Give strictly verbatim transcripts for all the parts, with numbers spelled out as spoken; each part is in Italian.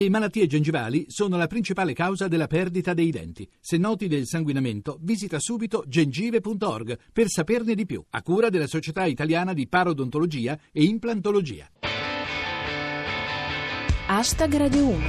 Le malattie gengivali sono la principale causa della perdita dei denti. Se noti del sanguinamento, visita subito gengive punto org per saperne di più, a cura della Società Italiana di Parodontologia e Implantologia. Hashtag Radio uno.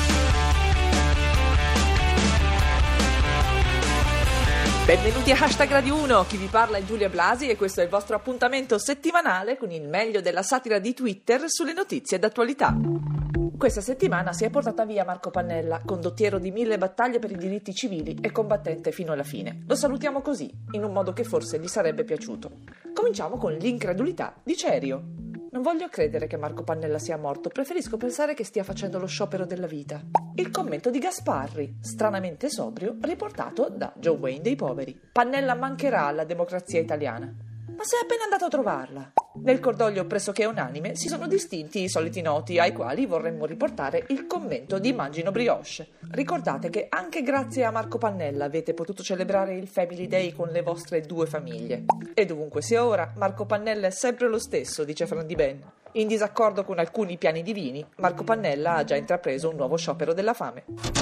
Benvenuti a Hashtag Radio uno, chi vi parla è Giulia Blasi e questo è il vostro appuntamento settimanale con il meglio della satira di Twitter sulle notizie d'attualità. Questa settimana si è portata via Marco Pannella, condottiero di mille battaglie per i diritti civili e combattente fino alla fine. Lo salutiamo così, in un modo che forse gli sarebbe piaciuto. Cominciamo con l'incredulità di Cerio. Non voglio credere che Marco Pannella sia morto, preferisco pensare che stia facendo lo sciopero della vita. Il commento di Gasparri, stranamente sobrio, riportato da John Wayne dei poveri. Pannella mancherà alla democrazia italiana. Ma sei appena andato a trovarla. Nel cordoglio pressoché unanime si sono distinti i soliti noti, ai quali vorremmo riportare il commento di Immagino Brioche. Ricordate che anche grazie a Marco Pannella avete potuto celebrare il Family Day con le vostre due famiglie. E dovunque sia ora, Marco Pannella è sempre lo stesso, dice Fran Di Ben. In disaccordo con alcuni piani divini, Marco Pannella ha già intrapreso un nuovo sciopero della fame.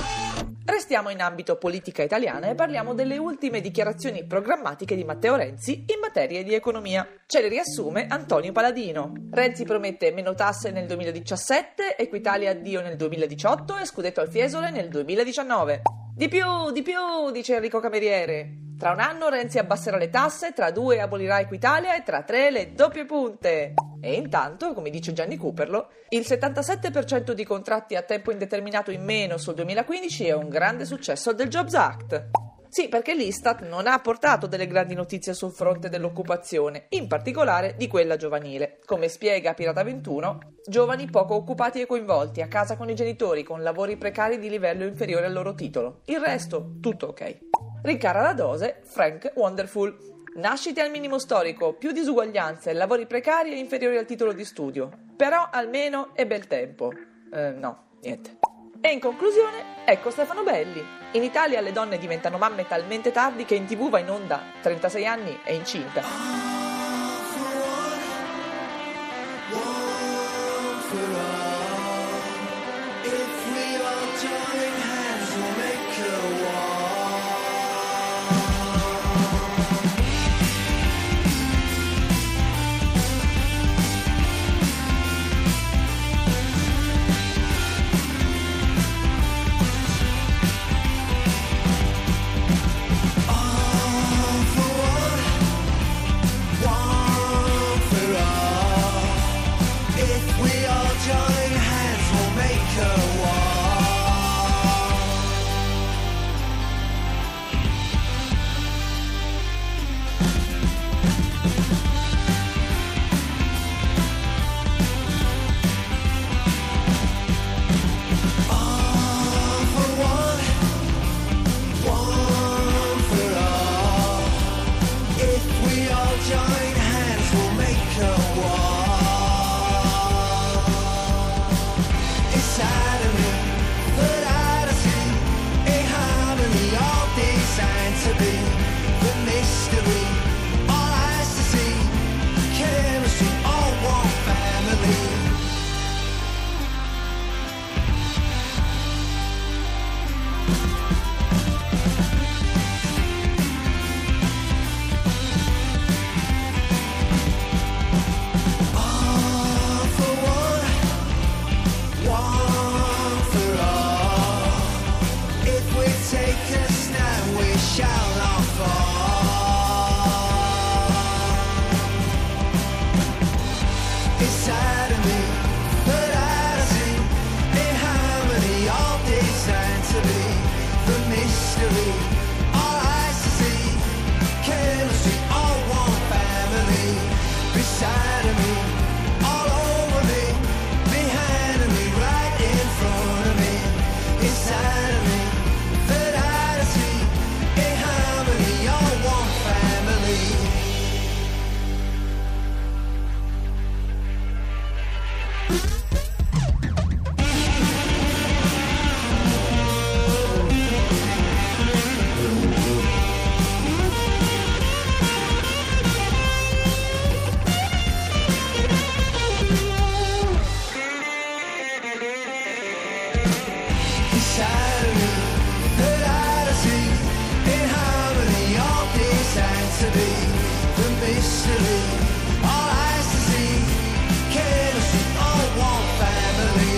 Restiamo in ambito politica italiana e parliamo delle ultime dichiarazioni programmatiche di Matteo Renzi in materia di economia. Ce le riassume Antonio Paladino. Renzi promette meno tasse nel duemiladiciassette, Equitalia addio nel duemiladiciotto e scudetto al Fiesole nel duemiladiciannove. Di più, di più, dice Enrico Cameriere. Tra un anno Renzi abbasserà le tasse, tra due abolirà Equitalia e tra tre le doppie punte. E intanto, come dice Gianni Cooperlo, il settantasette per cento di contratti a tempo indeterminato in meno sul duemilaquindici è un grande successo del Jobs Act. Sì, perché l'Istat non ha portato delle grandi notizie sul fronte dell'occupazione, in particolare di quella giovanile. Come spiega Pirata ventuno, giovani poco occupati e coinvolti, a casa con i genitori, con lavori precari di livello inferiore al loro titolo. Il resto, tutto ok. Rincara la dose Frank Wonderful. Nascite al minimo storico, più disuguaglianze, lavori precari e inferiori al titolo di studio. Però almeno è bel tempo. Eh, no, niente. E in conclusione, ecco Stefano Belli. In Italia le donne diventano mamme talmente tardi che in tv va in onda trentasei anni e incinta. Inside of me, that I see, behind Saturday, third eye to see, in harmony, all designed to be the mystery, all eyes to see, carelessly, all one family.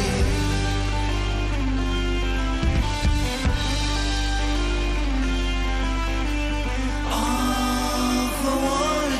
All for one,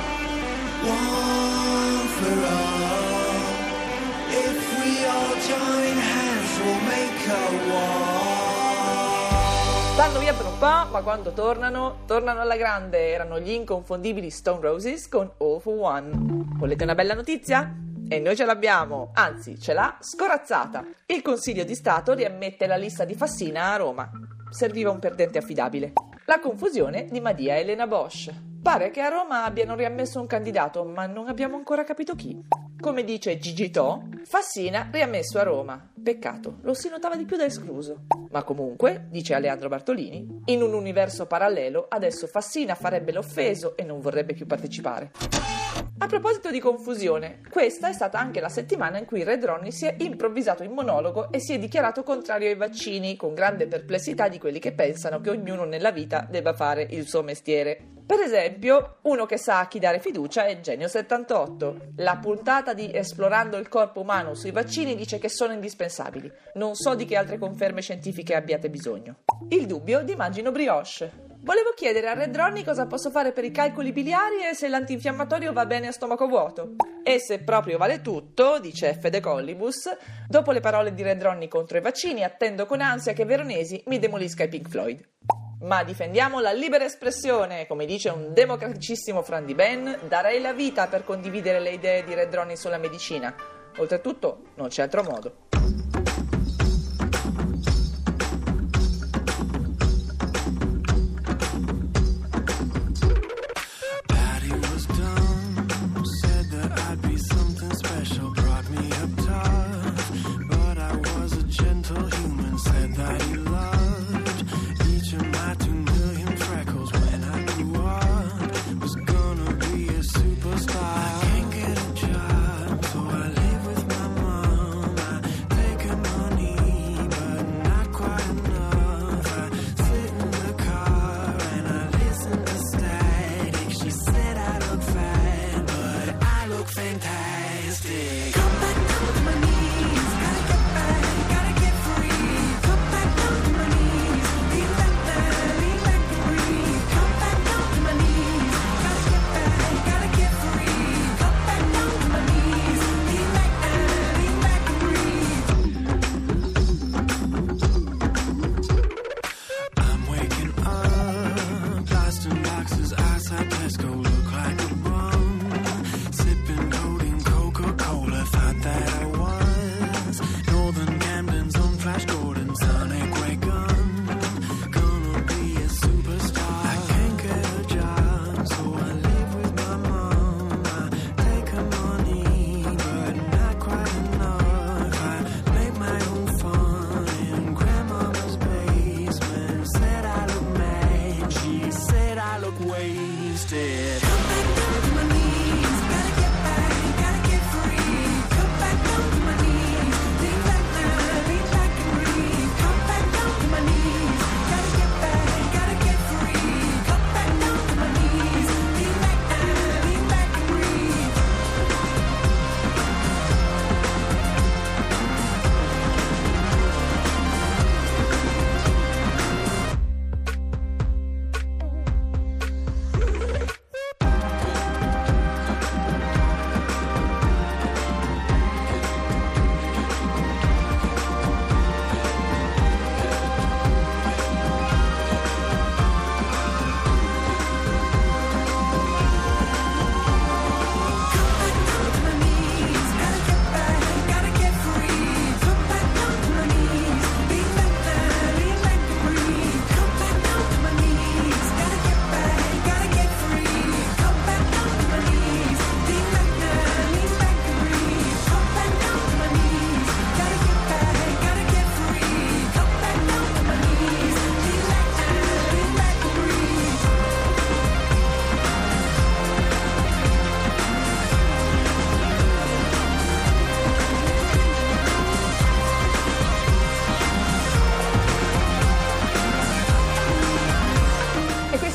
one for all. If we all join hands, we'll make a wall. Stanno via per un po', ma quando tornano, tornano alla grande. Erano gli inconfondibili Stone Roses con All for One. Volete una bella notizia? E noi ce l'abbiamo, anzi ce l'ha scorazzata. Il Consiglio di Stato riammette la lista di Fassina a Roma. Serviva un perdente affidabile. La confusione di Madia Elena Bosch. Pare che a Roma abbiano riammesso un candidato, ma non abbiamo ancora capito chi. Come dice Gigi To, Fassina riammesso a Roma. Peccato, lo si notava di più da escluso. Ma comunque, dice Aleandro Bartolini, in un universo parallelo adesso Fassina farebbe l'offeso e non vorrebbe più partecipare. A proposito di confusione, questa è stata anche la settimana in cui Red Ronnie si è improvvisato in monologo e si è dichiarato contrario ai vaccini, con grande perplessità di quelli che pensano che ognuno nella vita debba fare il suo mestiere. Per esempio, uno che sa a chi dare fiducia è Genio settantotto. La puntata di Esplorando il corpo umano sui vaccini dice che sono indispensabili. Non so di che altre conferme scientifiche abbiate bisogno. Il dubbio di Magino Brioche. Volevo chiedere a Red Ronnie cosa posso fare per i calcoli biliari e se l'antinfiammatorio va bene a stomaco vuoto. E se proprio vale tutto, dice F. De Collibus, dopo le parole di Red Ronnie contro i vaccini attendo con ansia che Veronesi mi demolisca i Pink Floyd. Ma difendiamo la libera espressione, come dice un democraticissimo Fran Di Ben, darei la vita per condividere le idee di Red Ronnie sulla medicina. Oltretutto, non c'è altro modo.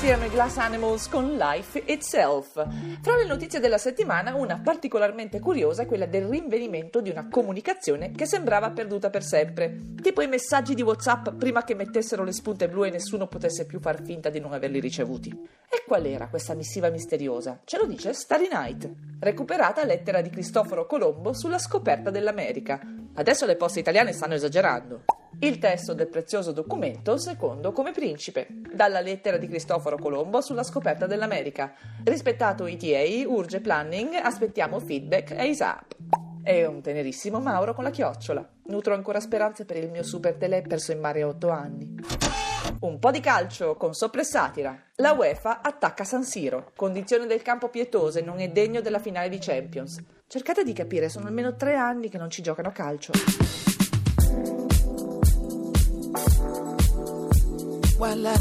Questi erano i Glass Animals con Life Itself. Fra le notizie della settimana, una particolarmente curiosa è quella del rinvenimento di una comunicazione che sembrava perduta per sempre. Tipo i messaggi di WhatsApp prima che mettessero le spunte blu e nessuno potesse più far finta di non averli ricevuti. E qual era questa missiva misteriosa? Ce lo dice Starry Night. Recuperata lettera di Cristoforo Colombo sulla scoperta dell'America. Adesso le poste italiane stanno esagerando. Il testo del prezioso documento secondo come principe. Dalla lettera di Cristoforo Colombo sulla scoperta dell'America. Rispettato E T A, urge planning, aspettiamo feedback ASAP. E un tenerissimo Mauro con la chiocciola. Nutro ancora speranze per il mio super telè perso in mare a otto anni. Un po' di calcio con sopra e satira. La UEFA attacca San Siro. Condizione del campo pietose, non è degno della finale di Champions. Cercate di capire, sono almeno tre anni che non ci giocano a calcio. Voila.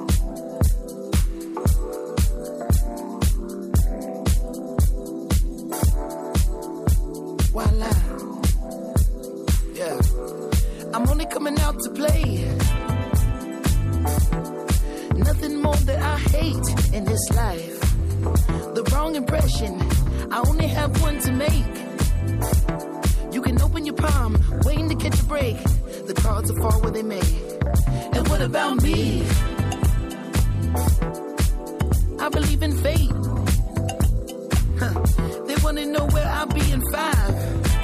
Voila. Yeah. I'm only coming out to play. Nothing more that I hate in this life. The wrong impression, I only have one to make. You can open your palm, waiting to catch a break. The cards will fall where they may. And what about me? I believe in fate. Huh. They wanna know where I'll be in five.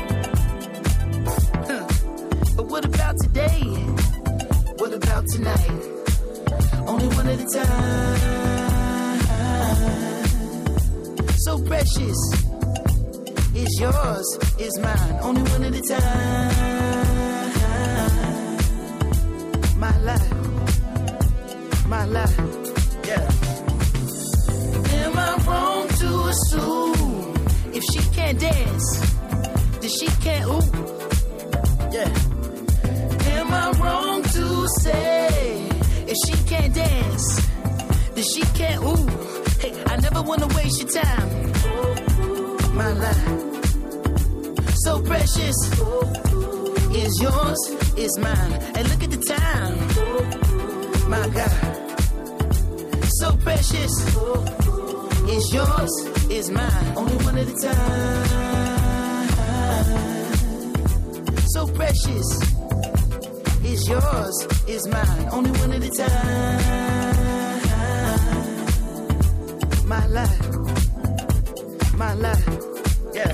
Huh. But what about today? What about tonight? Only one at a time. So precious. Is yours, is mine. Only one at a time. My life, my life, yeah. Am I wrong to assume if she can't dance, then she can't ooh? Yeah. Am I wrong to say if she can't dance, then she can't ooh? Hey, I never wanna waste your time. My life, so precious. Is yours, is mine. And look at the time. My God, so precious. Is yours, is mine. Only one at a time. So precious. Is yours, is mine. Only one at a time. My life, my life, yeah.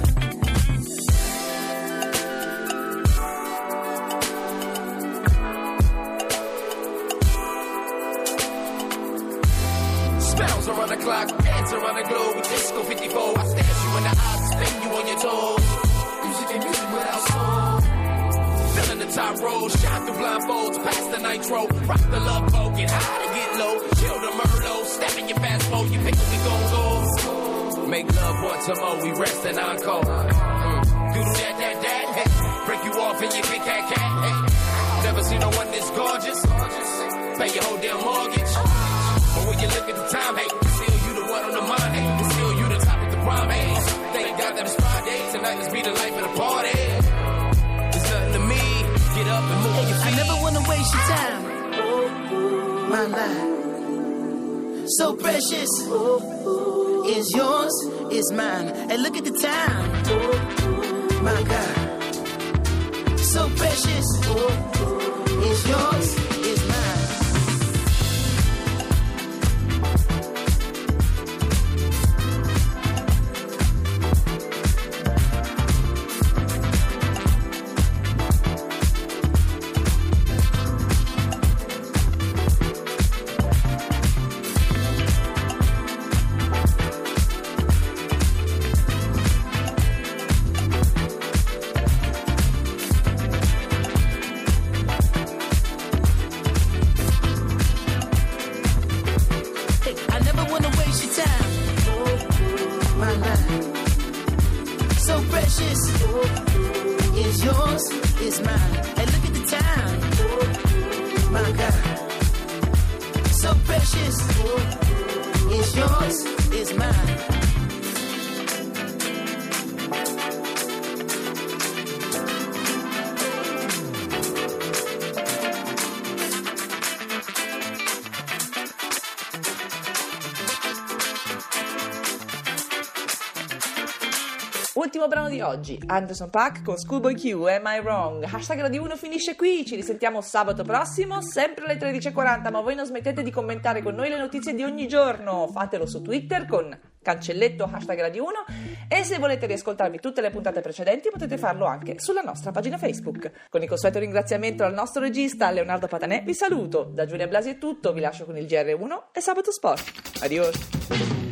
Spells around the clock, dance around the globe with Disco fifty-four. I stare you in the eyes, spin you on your toes. Music and music without soul. Filling the top row, shine through blindfolds, past the nitro. Rock the love boat, get high to get low. Chill the Merlot, step in your fast mode. You pick what we gon' go. Make love once more, we rest and encore. Mm. Do that, that, that, hey. Break you off and you can cat, cat, hey. Never seen no one this gorgeous. Pay your whole damn mortgage. But when you look at the time, hey, still you the one on the mind, hey, still you the topic to prime, hey. Thank God that it's Friday, tonight let's be the life of the party. It's nothing to me, get up and move your feet. I never wanna waste your time. My life, so precious. Is yours, is mine. And look at the time. My God, so precious. Is yours, is mine. Is yours, is mine. And look at the time. My God, so precious. Is yours, is mine. Ultimo brano di oggi, Anderson .Paak con Schoolboy Q, Am I Wrong? Hashtag Radio uno finisce qui, ci risentiamo sabato prossimo, sempre alle tredici e quaranta, ma voi non smettete di commentare con noi le notizie di ogni giorno, fatelo su Twitter con cancelletto hashtag Radio uno e se volete riascoltarvi tutte le puntate precedenti potete farlo anche sulla nostra pagina Facebook. Con il consueto ringraziamento al nostro regista Leonardo Patanè vi saluto, da Giulia Blasi è tutto, vi lascio con il G R uno e Sabato Sport. Adios!